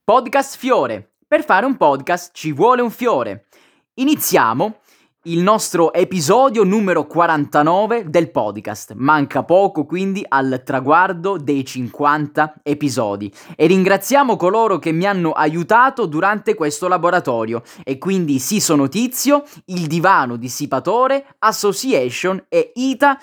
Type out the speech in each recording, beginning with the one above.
Podcast Fiore. Per fare un podcast ci vuole un fiore. Iniziamo il nostro episodio numero 49 del podcast. Manca poco quindi al traguardo dei 50 episodi e ringraziamo coloro che mi hanno aiutato durante questo laboratorio e quindi Siso Notizio, Il Divano Dissipatore, Association e Ita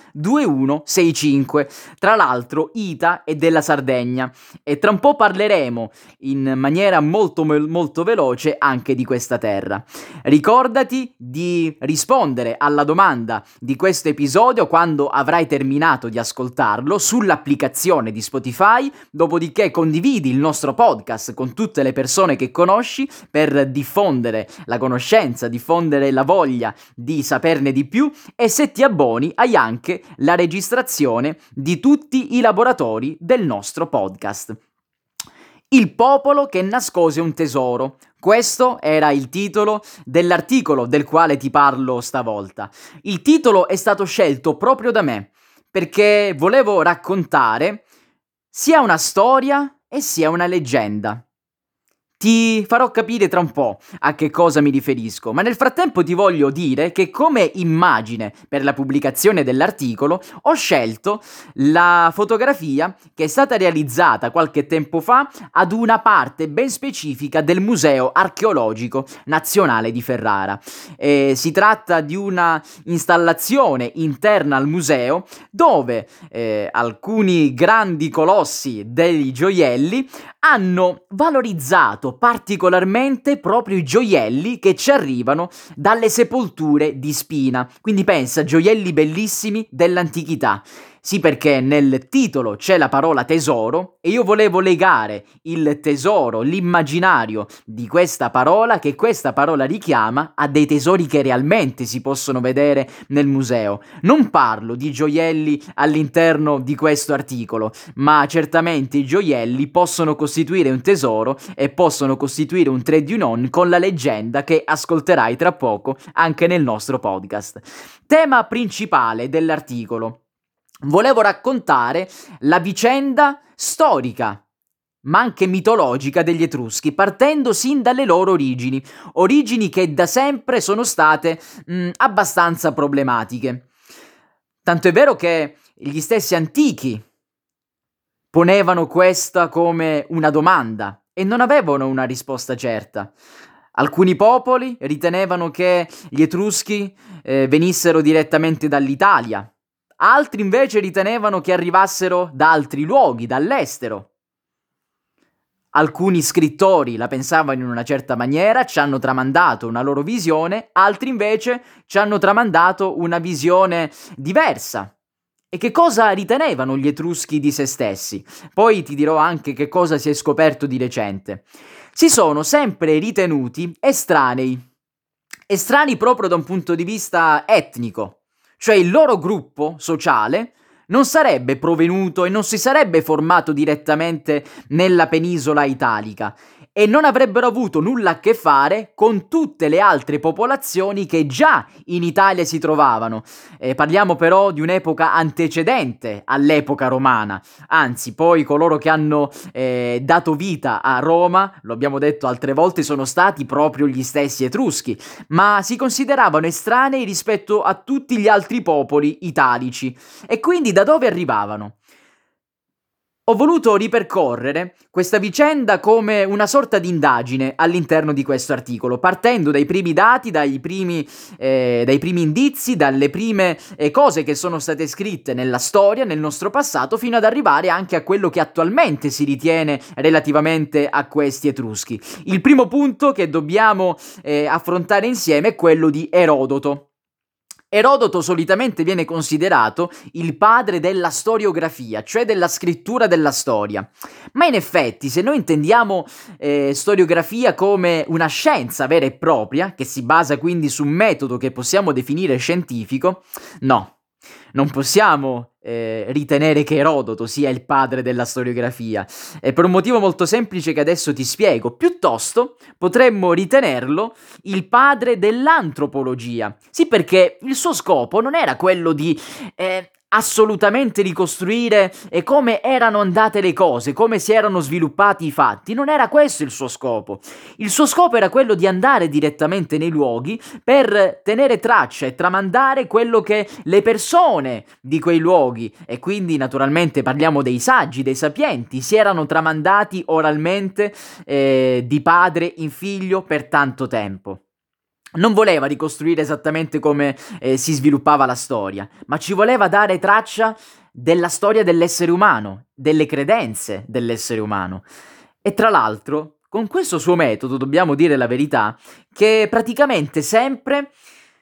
2165. Tra l'altro Ita è della Sardegna e tra un po' parleremo in maniera molto veloce anche di questa terra. Ricordati di rispondere alla domanda di questo episodio quando avrai terminato di ascoltarlo sull'applicazione di Spotify, dopodiché condividi il nostro podcast con tutte le persone che conosci per diffondere la conoscenza, diffondere la voglia di saperne di più e se ti abboni hai anche la registrazione di tutti i laboratori del nostro podcast. Il popolo che nascose un tesoro. Questo era il titolo dell'articolo del quale ti parlo stavolta. Il titolo è stato scelto proprio da me, perché volevo raccontare sia una storia e sia una leggenda. Ti farò capire tra un po' a che cosa mi riferisco, ma nel frattempo ti voglio dire che come immagine per la pubblicazione dell'articolo ho scelto la fotografia che è stata realizzata qualche tempo fa ad una parte ben specifica del Museo Archeologico Nazionale di Ferrara. Si tratta di una installazione interna al museo dove alcuni grandi colossi dei gioielli hanno valorizzato particolarmente proprio i gioielli che ci arrivano dalle sepolture di Spina. Quindi pensa, gioielli bellissimi dell'antichità. Sì, perché nel titolo c'è la parola tesoro e io volevo legare il tesoro, l'immaginario di questa parola che questa parola richiama a dei tesori che realmente si possono vedere nel museo. Non parlo di gioielli all'interno di questo articolo, ma certamente i gioielli possono costituire un tesoro e possono costituire un trade union con la leggenda che ascolterai tra poco anche nel nostro podcast. Tema principale dell'articolo. Volevo raccontare la vicenda storica, ma anche mitologica degli Etruschi, partendo sin dalle loro origini che da sempre sono state abbastanza problematiche. Tanto è vero che gli stessi antichi ponevano questa come una domanda e non avevano una risposta certa. Alcuni popoli ritenevano che gli Etruschi venissero direttamente dall'Italia. Altri invece ritenevano che arrivassero da altri luoghi, dall'estero. Alcuni scrittori la pensavano in una certa maniera, ci hanno tramandato una loro visione, altri invece ci hanno tramandato una visione diversa. E che cosa ritenevano gli Etruschi di se stessi? Poi ti dirò anche che cosa si è scoperto di recente. Si sono sempre ritenuti estranei proprio da un punto di vista etnico. Cioè il loro gruppo sociale non sarebbe provenuto e non si sarebbe formato direttamente nella penisola italica e non avrebbero avuto nulla a che fare con tutte le altre popolazioni che già in Italia si trovavano. Parliamo però di un'epoca antecedente all'epoca romana, anzi poi coloro che hanno dato vita a Roma, lo abbiamo detto altre volte, sono stati proprio gli stessi Etruschi, ma si consideravano estranei rispetto a tutti gli altri popoli italici. E quindi da dove arrivavano? Ho voluto ripercorrere questa vicenda come una sorta di indagine all'interno di questo articolo, partendo dai primi dati, dai primi indizi, dalle prime cose che sono state scritte nella storia, nel nostro passato, fino ad arrivare anche a quello che attualmente si ritiene relativamente a questi Etruschi. Il primo punto che dobbiamo affrontare insieme è quello di Erodoto. Erodoto solitamente viene considerato il padre della storiografia, cioè della scrittura della storia. Ma in effetti, se noi intendiamo storiografia come una scienza vera e propria, che si basa quindi su un metodo che possiamo definire scientifico, no. Non possiamo ritenere che Erodoto sia il padre della storiografia, per un motivo molto semplice che adesso ti spiego. Piuttosto potremmo ritenerlo il padre dell'antropologia. Sì, perché il suo scopo non era quello di assolutamente ricostruire come erano andate le cose, come si erano sviluppati i fatti. Non era questo il suo scopo. Il suo scopo era quello di andare direttamente nei luoghi per tenere traccia e tramandare quello che le persone di quei luoghi, e quindi naturalmente parliamo dei saggi, dei sapienti, si erano tramandati oralmente di padre in figlio per tanto tempo. Non voleva ricostruire esattamente come si sviluppava la storia, ma ci voleva dare traccia della storia dell'essere umano, delle credenze dell'essere umano. E tra l'altro, con questo suo metodo, dobbiamo dire la verità, che praticamente sempre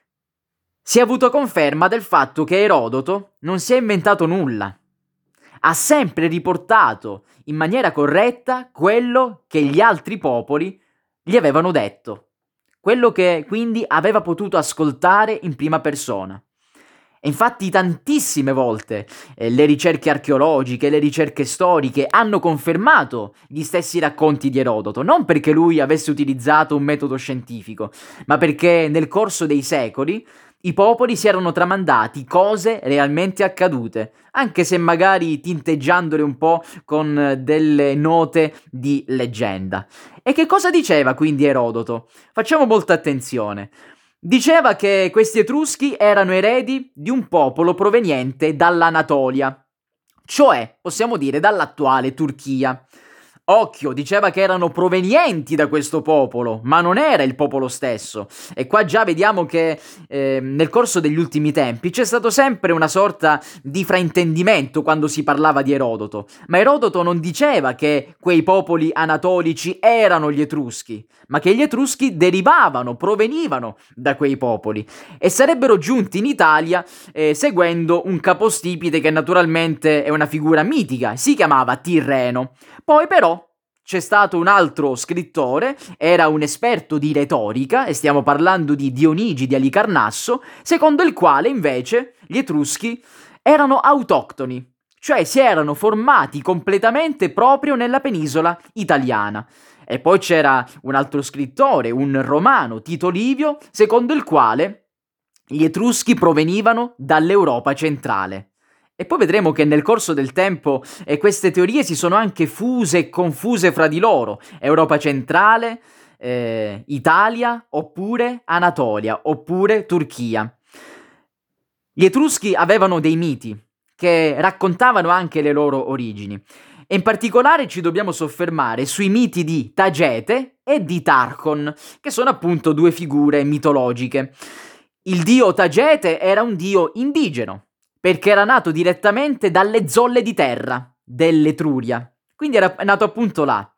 si è avuto conferma del fatto che Erodoto non si è inventato nulla. Ha sempre riportato in maniera corretta quello che gli altri popoli gli avevano detto, quello che quindi aveva potuto ascoltare in prima persona. E infatti tantissime volte le ricerche archeologiche, le ricerche storiche hanno confermato gli stessi racconti di Erodoto, non perché lui avesse utilizzato un metodo scientifico, ma perché nel corso dei secoli i popoli si erano tramandati cose realmente accadute, anche se magari tinteggiandole un po' con delle note di leggenda. E che cosa diceva quindi Erodoto? Facciamo molta attenzione. Diceva che questi Etruschi erano eredi di un popolo proveniente dall'Anatolia, cioè, possiamo dire, dall'attuale Turchia. Occhio, diceva che erano provenienti da questo popolo, ma non era il popolo stesso. E qua già vediamo che nel corso degli ultimi tempi c'è stato sempre una sorta di fraintendimento quando si parlava di Erodoto. Ma Erodoto non diceva che quei popoli anatolici erano gli Etruschi, ma che gli Etruschi provenivano da quei popoli e sarebbero giunti in Italia seguendo un capostipite che naturalmente è una figura mitica, si chiamava Tirreno. Poi però c'è stato un altro scrittore, era un esperto di retorica, e stiamo parlando di Dionigi di Alicarnasso, secondo il quale invece gli Etruschi erano autoctoni, cioè si erano formati completamente proprio nella penisola italiana. E poi c'era un altro scrittore, un romano, Tito Livio, secondo il quale gli Etruschi provenivano dall'Europa centrale. E poi vedremo che nel corso del tempo queste teorie si sono anche fuse e confuse fra di loro. Europa centrale, Italia, oppure Anatolia, oppure Turchia. Gli Etruschi avevano dei miti che raccontavano anche le loro origini. E in particolare ci dobbiamo soffermare sui miti di Tagete e di Tarchon, che sono appunto due figure mitologiche. Il dio Tagete era un dio indigeno, perché era nato direttamente dalle zolle di terra dell'Etruria, quindi era nato appunto là.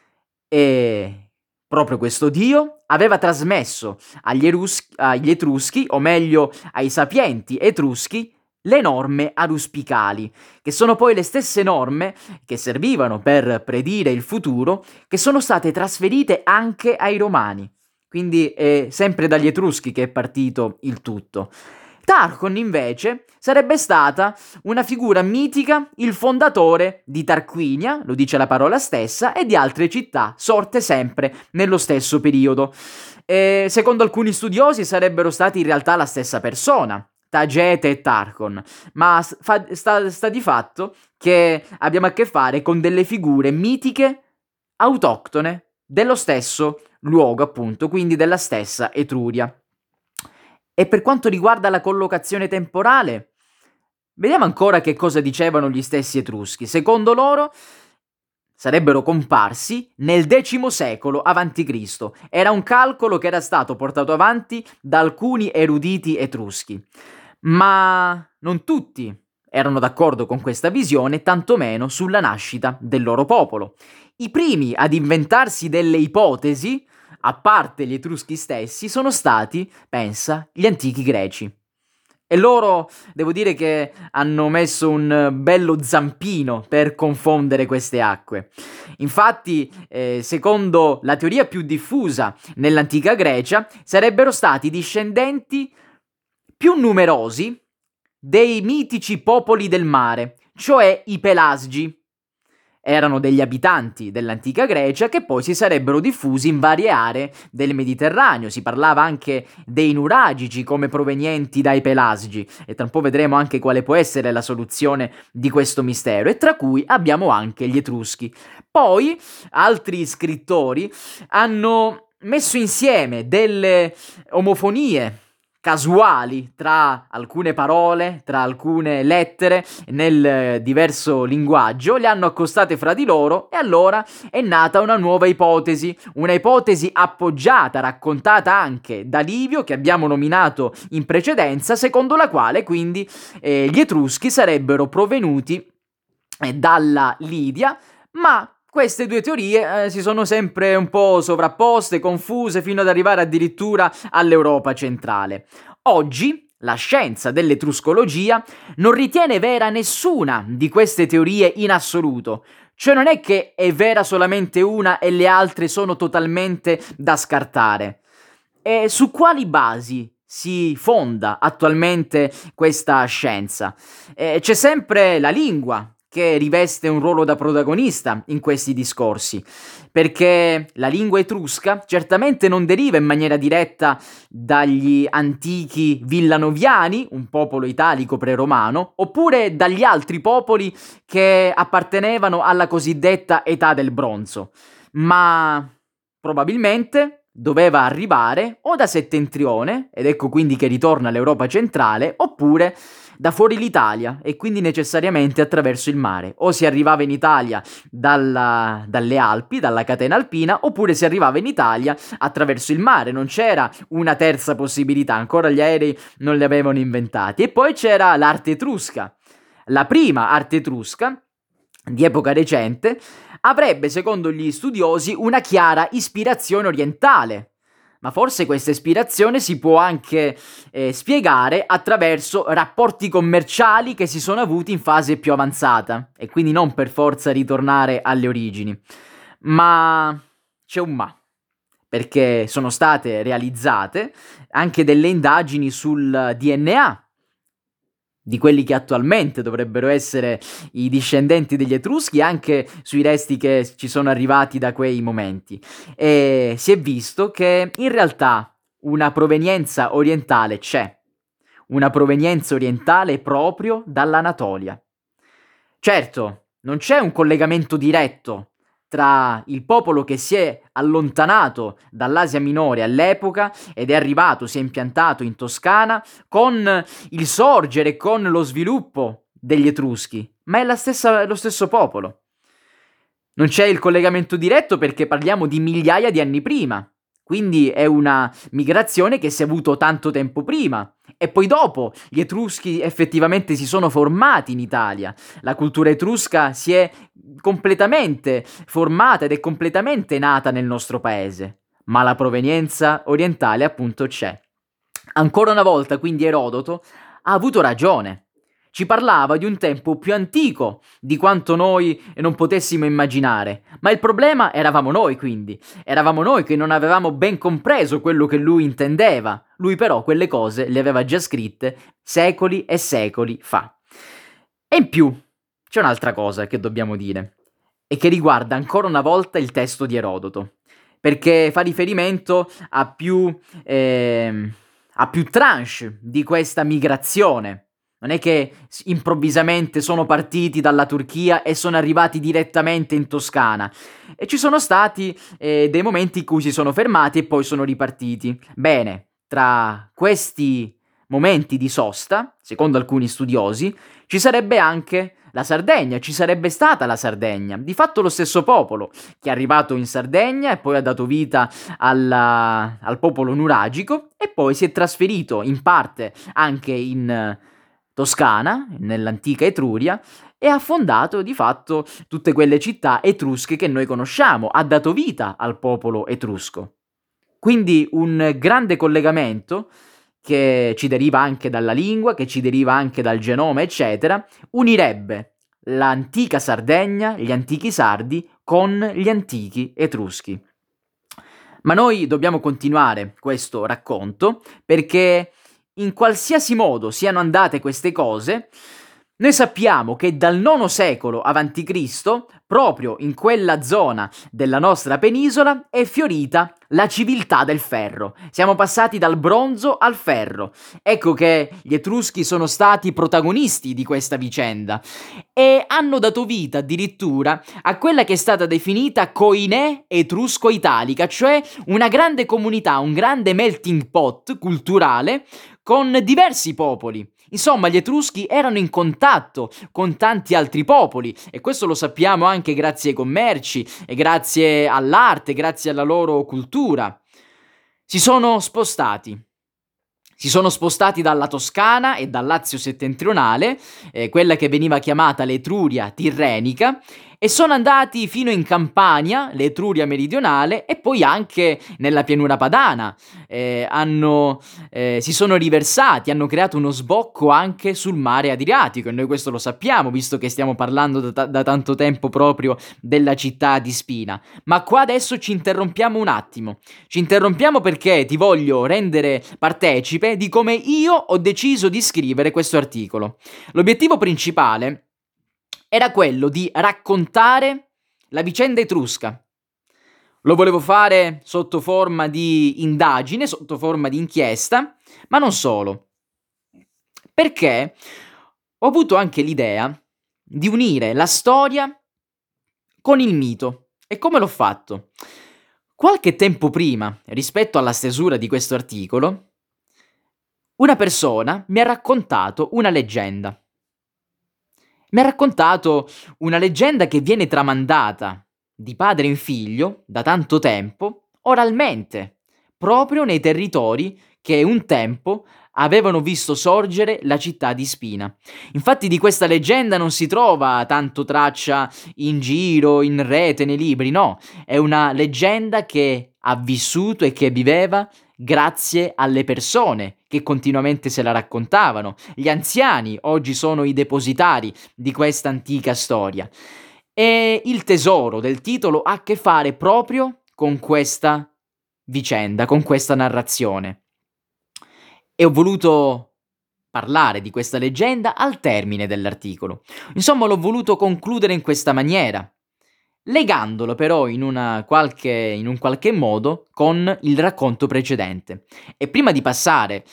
E proprio questo dio aveva trasmesso agli Etruschi, o meglio ai sapienti Etruschi, le norme aruspicali, che sono poi le stesse norme che servivano per predire il futuro, che sono state trasferite anche ai Romani. Quindi è sempre dagli Etruschi che è partito il tutto. Tarchon invece sarebbe stata una figura mitica, il fondatore di Tarquinia, lo dice la parola stessa, e di altre città sorte sempre nello stesso periodo. Secondo alcuni studiosi sarebbero stati in realtà la stessa persona, Tagete e Tarchon, ma sta di fatto che abbiamo a che fare con delle figure mitiche autoctone dello stesso luogo, appunto, quindi della stessa Etruria. E per quanto riguarda la collocazione temporale, vediamo ancora che cosa dicevano gli stessi Etruschi. Secondo loro sarebbero comparsi nel X secolo a.C. Era un calcolo che era stato portato avanti da alcuni eruditi etruschi. Ma non tutti erano d'accordo con questa visione, tantomeno sulla nascita del loro popolo. I primi ad inventarsi delle ipotesi, a parte gli Etruschi stessi, sono stati, pensa, gli antichi greci. E loro, devo dire che hanno messo un bello zampino per confondere queste acque. Infatti, secondo la teoria più diffusa nell'antica Grecia, sarebbero stati discendenti più numerosi dei mitici popoli del mare, cioè i Pelasgi. erano degli abitanti dell'antica Grecia che poi si sarebbero diffusi in varie aree del Mediterraneo. Si parlava anche dei nuragici come provenienti dai pelasgi e tra un po' vedremo anche quale può essere la soluzione di questo mistero, e tra cui abbiamo anche gli Etruschi. Poi altri scrittori hanno messo insieme delle omofonie casuali tra alcune parole, tra alcune lettere nel diverso linguaggio, le hanno accostate fra di loro e allora è nata una nuova ipotesi, una ipotesi appoggiata, raccontata anche da Livio, che abbiamo nominato in precedenza, secondo la quale quindi gli Etruschi sarebbero provenuti dalla Lidia, ma queste due teorie si sono sempre un po' sovrapposte, confuse, fino ad arrivare addirittura all'Europa centrale. Oggi la scienza dell'etruscologia non ritiene vera nessuna di queste teorie in assoluto. Cioè non è che è vera solamente una e le altre sono totalmente da scartare. E su quali basi si fonda attualmente questa scienza? C'è sempre la lingua che riveste un ruolo da protagonista in questi discorsi, perché la lingua etrusca certamente non deriva in maniera diretta dagli antichi villanoviani, un popolo italico pre-romano, oppure dagli altri popoli che appartenevano alla cosiddetta età del bronzo, ma probabilmente doveva arrivare o da settentrione, ed ecco quindi che ritorna all'Europa centrale, oppure da fuori l'Italia e quindi necessariamente attraverso il mare. O si arrivava in Italia dalle Alpi, dalla catena alpina, oppure si arrivava in Italia attraverso il mare. Non c'era una terza possibilità, ancora gli aerei non li avevano inventati. E poi c'era l'arte etrusca. La prima arte etrusca, di epoca recente, avrebbe, secondo gli studiosi, una chiara ispirazione orientale. Ma forse questa ispirazione si può anche spiegare attraverso rapporti commerciali che si sono avuti in fase più avanzata, e quindi non per forza ritornare alle origini. Ma c'è un ma, perché sono state realizzate anche delle indagini sul DNA di quelli che attualmente dovrebbero essere i discendenti degli Etruschi, anche sui resti che ci sono arrivati da quei momenti. E si è visto che in realtà una provenienza orientale c'è, una provenienza orientale proprio dall'Anatolia. Certo, non c'è un collegamento diretto tra il popolo che si è allontanato dall'Asia Minore all'epoca ed è arrivato, si è impiantato in Toscana, con il sorgere e con lo sviluppo degli Etruschi, ma è lo stesso popolo. Non c'è il collegamento diretto perché parliamo di migliaia di anni prima, quindi è una migrazione che si è avuto tanto tempo prima. E poi dopo gli Etruschi effettivamente si sono formati in Italia. La cultura etrusca si è completamente formata ed è completamente nata nel nostro paese. Ma la provenienza orientale appunto c'è. Ancora una volta quindi Erodoto ha avuto ragione. Ci parlava di un tempo più antico di quanto noi non potessimo immaginare, ma il problema eravamo noi, quindi. Eravamo noi che non avevamo ben compreso quello che lui intendeva. Lui però quelle cose le aveva già scritte secoli e secoli fa. E in più c'è un'altra cosa che dobbiamo dire, e che riguarda ancora una volta il testo di Erodoto, perché fa riferimento a più tranche di questa migrazione. Non è che improvvisamente sono partiti dalla Turchia e sono arrivati direttamente in Toscana. E ci sono stati dei momenti in cui si sono fermati e poi sono ripartiti. Bene, tra questi momenti di sosta, secondo alcuni studiosi, ci sarebbe anche la Sardegna, ci sarebbe stata la Sardegna, di fatto lo stesso popolo che è arrivato in Sardegna e poi ha dato vita al popolo nuragico e poi si è trasferito in parte anche in Toscana, nell'antica Etruria, e ha fondato di fatto tutte quelle città etrusche che noi conosciamo, ha dato vita al popolo etrusco. Quindi un grande collegamento che ci deriva anche dalla lingua, che ci deriva anche dal genoma, eccetera, unirebbe l'antica Sardegna, gli antichi sardi, con gli antichi etruschi. Ma noi dobbiamo continuare questo racconto perché in qualsiasi modo siano andate queste cose, noi sappiamo che dal IX secolo a.C., proprio in quella zona della nostra penisola è fiorita la civiltà del ferro. Siamo passati dal bronzo al ferro. Ecco che gli Etruschi sono stati protagonisti di questa vicenda e hanno dato vita addirittura a quella che è stata definita Koinè Etrusco-Italica, cioè una grande comunità, un grande melting pot culturale con diversi popoli. Insomma, gli Etruschi erano in contatto con tanti altri popoli e questo lo sappiamo anche grazie ai commerci e grazie all'arte, grazie alla loro cultura. Si sono spostati. Si sono spostati dalla Toscana e dal Lazio settentrionale, quella che veniva chiamata l'Etruria Tirrenica, e sono andati fino in Campania, l'Etruria meridionale, e poi anche nella pianura padana. Si sono riversati, hanno creato uno sbocco anche sul mare Adriatico, e noi questo lo sappiamo, visto che stiamo parlando da tanto tempo proprio della città di Spina. Ma qua adesso ci interrompiamo un attimo. Ci interrompiamo perché ti voglio rendere partecipe di come io ho deciso di scrivere questo articolo. L'obiettivo principale era quello di raccontare la vicenda etrusca. Lo volevo fare sotto forma di indagine, sotto forma di inchiesta, ma non solo. Perché ho avuto anche l'idea di unire la storia con il mito. E come l'ho fatto? Qualche tempo prima, rispetto alla stesura di questo articolo, una persona mi ha raccontato una leggenda. Mi ha raccontato una leggenda che viene tramandata di padre in figlio da tanto tempo, oralmente, proprio nei territori che un tempo avevano visto sorgere la città di Spina. Infatti di questa leggenda non si trova tanto traccia in giro, in rete, nei libri, no, è una leggenda che ha vissuto e che viveva grazie alle persone che continuamente se la raccontavano. Gli anziani oggi sono i depositari di questa antica storia. E il tesoro del titolo ha a che fare proprio con questa vicenda, con questa narrazione. E ho voluto parlare di questa leggenda al termine dell'articolo. Insomma, l'ho voluto concludere in questa maniera, legandolo però in un qualche modo con il racconto precedente. E prima di passare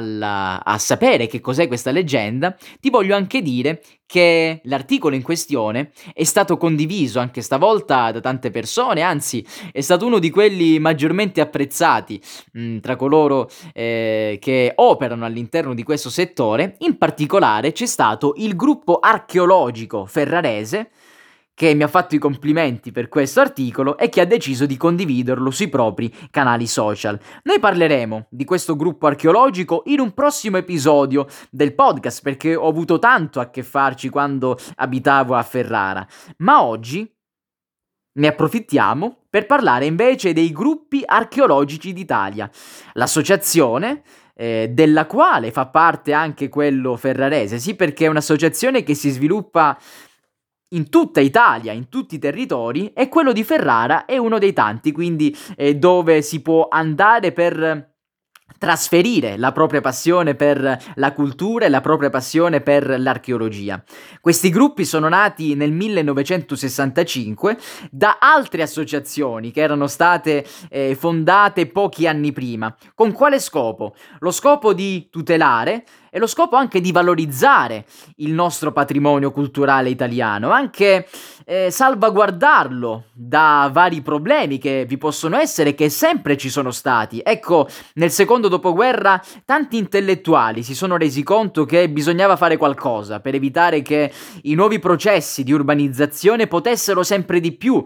a sapere che cos'è questa leggenda, ti voglio anche dire che l'articolo in questione è stato condiviso anche stavolta da tante persone, anzi è stato uno di quelli maggiormente apprezzati tra coloro che operano all'interno di questo settore. In particolare c'è stato il gruppo archeologico ferrarese che mi ha fatto i complimenti per questo articolo e che ha deciso di condividerlo sui propri canali social. Noi parleremo di questo gruppo archeologico in un prossimo episodio del podcast, perché ho avuto tanto a che farci quando abitavo a Ferrara, ma oggi ne approfittiamo per parlare invece dei gruppi archeologici d'Italia, l'associazione della quale fa parte anche quello ferrarese, sì, perché è un'associazione che si sviluppa in tutta Italia, in tutti i territori, e quello di Ferrara è uno dei tanti, quindi dove si può andare per trasferire la propria passione per la cultura e la propria passione per l'archeologia. Questi gruppi sono nati nel 1965 da altre associazioni che erano state fondate pochi anni prima. Con quale scopo? Lo scopo di tutelare e lo scopo anche di valorizzare il nostro patrimonio culturale italiano, anche salvaguardarlo da vari problemi che vi possono essere e che sempre ci sono stati. Ecco, nel secondo dopoguerra tanti intellettuali si sono resi conto che bisognava fare qualcosa per evitare che i nuovi processi di urbanizzazione potessero sempre di più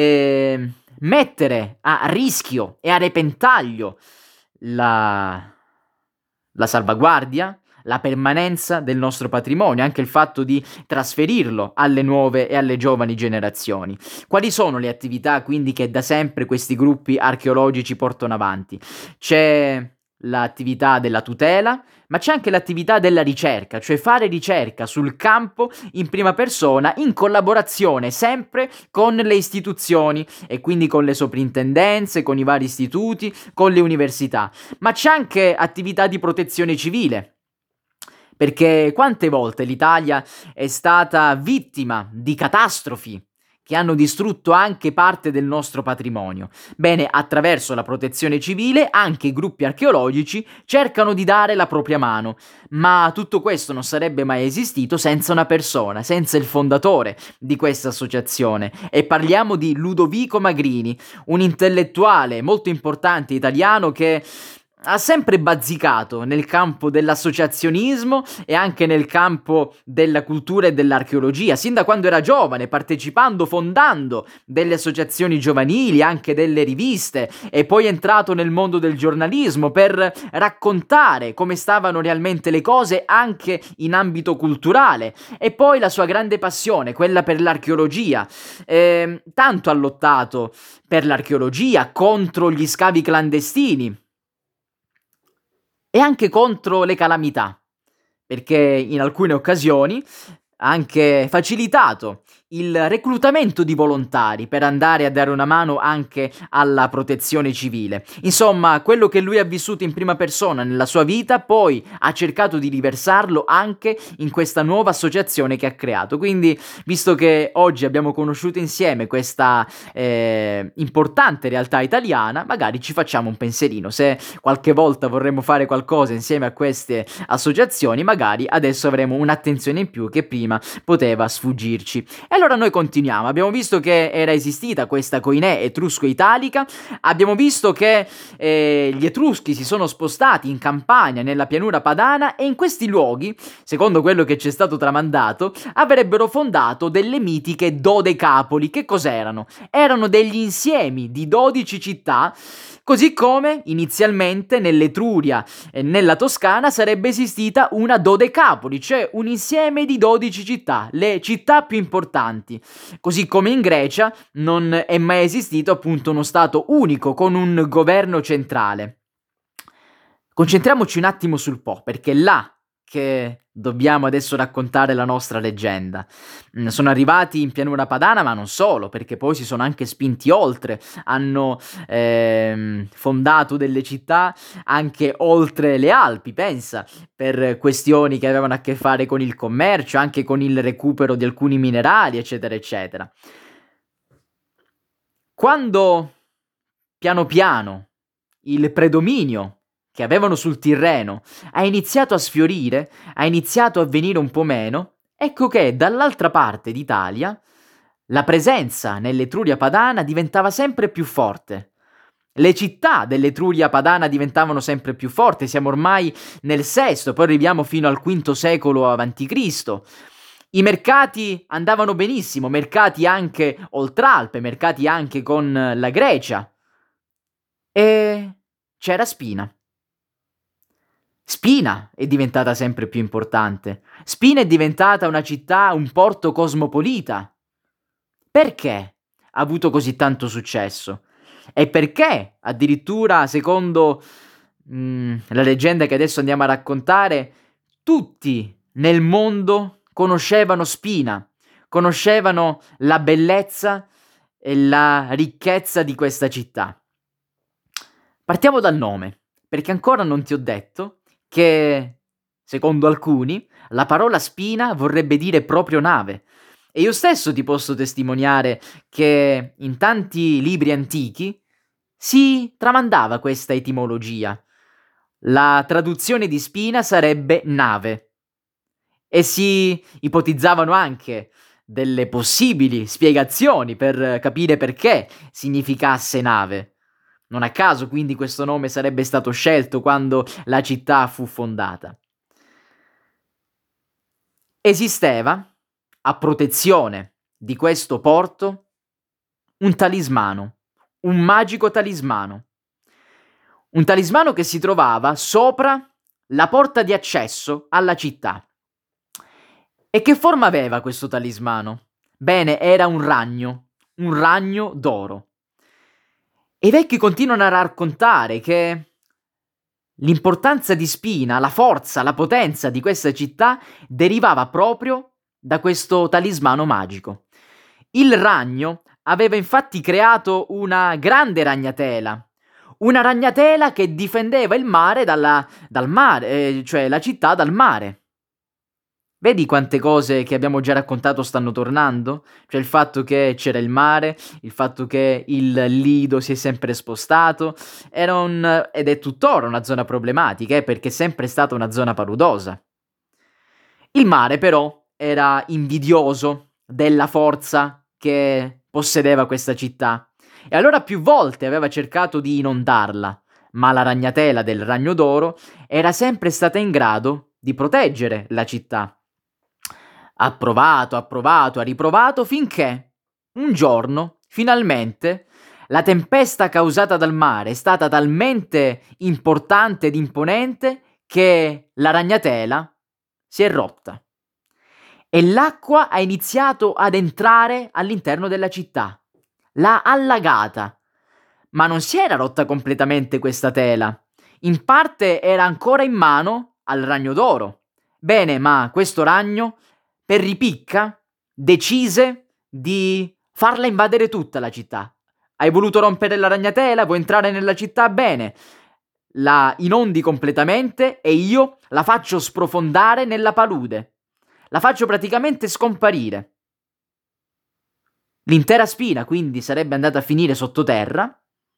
mettere a rischio e a repentaglio la salvaguardia, la permanenza del nostro patrimonio, anche il fatto di trasferirlo alle nuove e alle giovani generazioni. Quali sono le attività quindi che da sempre questi gruppi archeologici portano avanti? C'è l'attività della tutela, ma c'è anche l'attività della ricerca, cioè fare ricerca sul campo in prima persona in collaborazione sempre con le istituzioni e quindi con le soprintendenze, con i vari istituti, con le università. Ma c'è anche attività di protezione civile, perché quante volte l'Italia è stata vittima di catastrofi che hanno distrutto anche parte del nostro patrimonio. Bene, attraverso la protezione civile anche i gruppi archeologici cercano di dare la propria mano, ma tutto questo non sarebbe mai esistito senza una persona, senza il fondatore di questa associazione, e parliamo di Ludovico Magrini, un intellettuale molto importante italiano che ha sempre bazzicato nel campo dell'associazionismo e anche nel campo della cultura e dell'archeologia, sin da quando era giovane, partecipando, fondando delle associazioni giovanili, anche delle riviste, e poi è entrato nel mondo del giornalismo per raccontare come stavano realmente le cose anche in ambito culturale, e poi la sua grande passione, quella per l'archeologia. Tanto ha lottato per l'archeologia contro gli scavi clandestini e anche contro le calamità, perché in alcune occasioni ha anche facilitato il reclutamento di volontari per andare a dare una mano anche alla protezione civile. Insomma, quello che lui ha vissuto in prima persona nella sua vita, poi ha cercato di riversarlo anche in questa nuova associazione che ha creato. Quindi, visto che oggi abbiamo conosciuto insieme questa importante realtà italiana, magari ci facciamo un pensierino. Se qualche volta vorremmo fare qualcosa insieme a queste associazioni, magari adesso avremo un'attenzione in più che prima poteva sfuggirci. E allora noi continuiamo. Abbiamo visto che era esistita questa Koinè etrusco-italica, abbiamo visto che gli Etruschi si sono spostati in Campania, nella pianura padana, e in questi luoghi, secondo quello che ci è stato tramandato, avrebbero fondato delle mitiche dodecapoli. Che cos'erano? Erano degli insiemi di 12 città, così come inizialmente nell'Etruria e nella Toscana sarebbe esistita una dodecapoli, cioè un insieme di 12 città, le città più importanti. Così come in Grecia non è mai esistito appunto uno stato unico con un governo centrale. Concentriamoci un attimo sul Po, perché è là che dobbiamo adesso raccontare la nostra leggenda. Sono arrivati in pianura padana, ma non solo, perché poi si sono anche spinti oltre, hanno fondato delle città anche oltre le Alpi, pensa, per questioni che avevano a che fare con il commercio, anche con il recupero di alcuni minerali, eccetera, eccetera. Quando piano piano il predominio che avevano sul Tirreno ha iniziato a sfiorire, ha iniziato a venire un po' meno, ecco che dall'altra parte d'Italia la presenza nell'Etruria padana diventava sempre più forte. Le città dell'Etruria padana diventavano sempre più forti, siamo ormai nel VI, poi arriviamo fino al V secolo a.C. I mercati andavano benissimo, mercati anche oltralpe, mercati anche con la Grecia. E c'era Spina. Spina è diventata sempre più importante. Spina è diventata una città, un porto cosmopolita. Perché ha avuto così tanto successo? E perché, addirittura, secondo la leggenda che adesso andiamo a raccontare, tutti nel mondo conoscevano Spina, conoscevano la bellezza e la ricchezza di questa città. Partiamo dal nome, perché ancora non ti ho detto che, secondo alcuni, la parola spina vorrebbe dire proprio nave. E io stesso ti posso testimoniare che in tanti libri antichi si tramandava questa etimologia. La traduzione di spina sarebbe nave. E si ipotizzavano anche delle possibili spiegazioni per capire perché significasse nave. Non a caso quindi questo nome sarebbe stato scelto quando la città fu fondata. Esisteva, a protezione di questo porto, un talismano, un magico talismano. Un talismano che si trovava sopra la porta di accesso alla città. E che forma aveva questo talismano? Bene, era un ragno d'oro. E i vecchi continuano a raccontare che l'importanza di Spina, la forza, la potenza di questa città derivava proprio da questo talismano magico. Il ragno aveva infatti creato una grande ragnatela, una ragnatela che difendeva il mare dal mare, cioè la città dal mare. Vedi quante cose che abbiamo già raccontato stanno tornando? Cioè il fatto che c'era il mare, il fatto che il lido si è sempre spostato, ed è tuttora una zona problematica, perché è sempre stata una zona paludosa. Il mare però era invidioso della forza che possedeva questa città e allora più volte aveva cercato di inondarla, ma la ragnatela del Ragno d'Oro era sempre stata in grado di proteggere la città. Ha provato, ha riprovato finché un giorno, finalmente, la tempesta causata dal mare è stata talmente importante ed imponente che la ragnatela si è rotta e l'acqua ha iniziato ad entrare all'interno della città. L'ha allagata. Ma non si era rotta completamente questa tela. In parte era ancora in mano al Ragno d'Oro. Bene, ma questo ragno, per ripicca, decise di farla invadere tutta la città. Hai voluto rompere la ragnatela? Vuoi entrare nella città? Bene. La inondi completamente e io la faccio sprofondare nella palude. La faccio praticamente scomparire. L'intera spina quindi sarebbe andata a finire sottoterra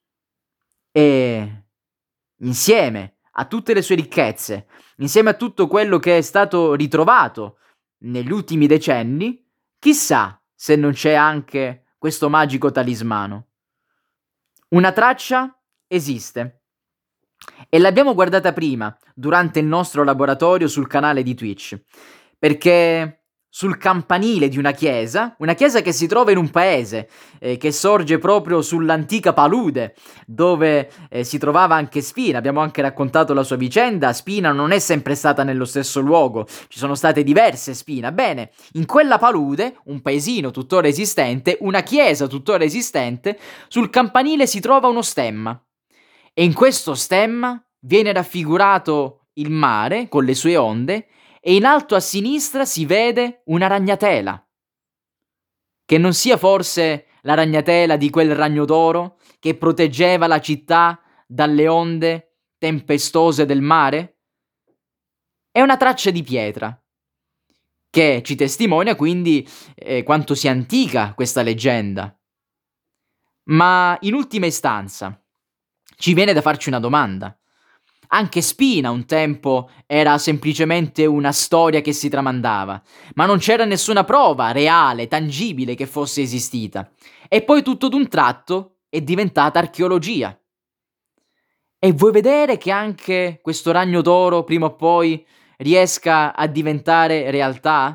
e insieme a tutte le sue ricchezze, insieme a tutto quello che è stato ritrovato negli ultimi decenni, chissà se non c'è anche questo magico talismano. Una traccia esiste e l'abbiamo guardata prima durante il nostro laboratorio sul canale di Twitch, perché sul campanile di una chiesa che si trova in un paese che sorge proprio sull'antica palude dove si trovava anche Spina. Abbiamo anche raccontato la sua vicenda. Spina non è sempre stata nello stesso luogo, ci sono state diverse Spina. Bene, in quella palude, un paesino tuttora esistente, una chiesa tuttora esistente, sul campanile si trova uno stemma e in questo stemma viene raffigurato il mare con le sue onde e in alto a sinistra si vede una ragnatela. Che non sia forse la ragnatela di quel Ragno d'Oro che proteggeva la città dalle onde tempestose del mare? È una traccia di pietra che ci testimonia quindi quanto sia antica questa leggenda. Ma in ultima istanza ci viene da farci una domanda. Anche Spina un tempo era semplicemente una storia che si tramandava, ma non c'era nessuna prova reale, tangibile che fosse esistita. E poi tutto d'un tratto è diventata archeologia. E vuoi vedere che anche questo Ragno d'Oro prima o poi riesca a diventare realtà?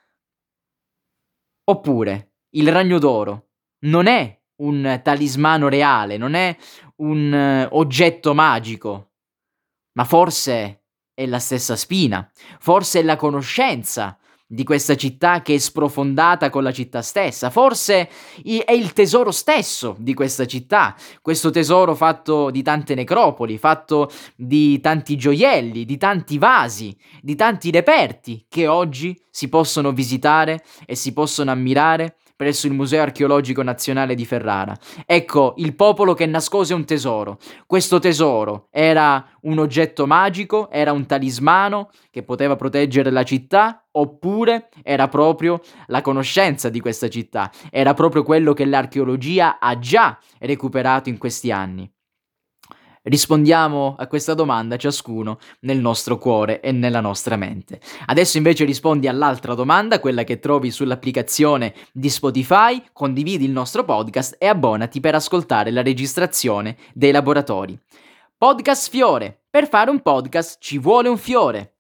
Oppure il Ragno d'Oro non è un talismano reale, non è un oggetto magico, ma forse è la stessa Spina, forse è la conoscenza di questa città che è sprofondata con la città stessa, forse è il tesoro stesso di questa città, questo tesoro fatto di tante necropoli, fatto di tanti gioielli, di tanti vasi, di tanti reperti che oggi si possono visitare e si possono ammirare presso il Museo Archeologico Nazionale di Ferrara. Ecco, il popolo che nascose un tesoro. Questo tesoro era un oggetto magico, era un talismano che poteva proteggere la città, oppure era proprio la conoscenza di questa città, era proprio quello che l'archeologia ha già recuperato in questi anni. Rispondiamo a questa domanda ciascuno nel nostro cuore e nella nostra mente. Adesso invece rispondi all'altra domanda, quella che trovi sull'applicazione di Spotify, condividi il nostro podcast e abbonati per ascoltare la registrazione dei laboratori. Podcast Fiore. Per fare un podcast ci vuole un fiore.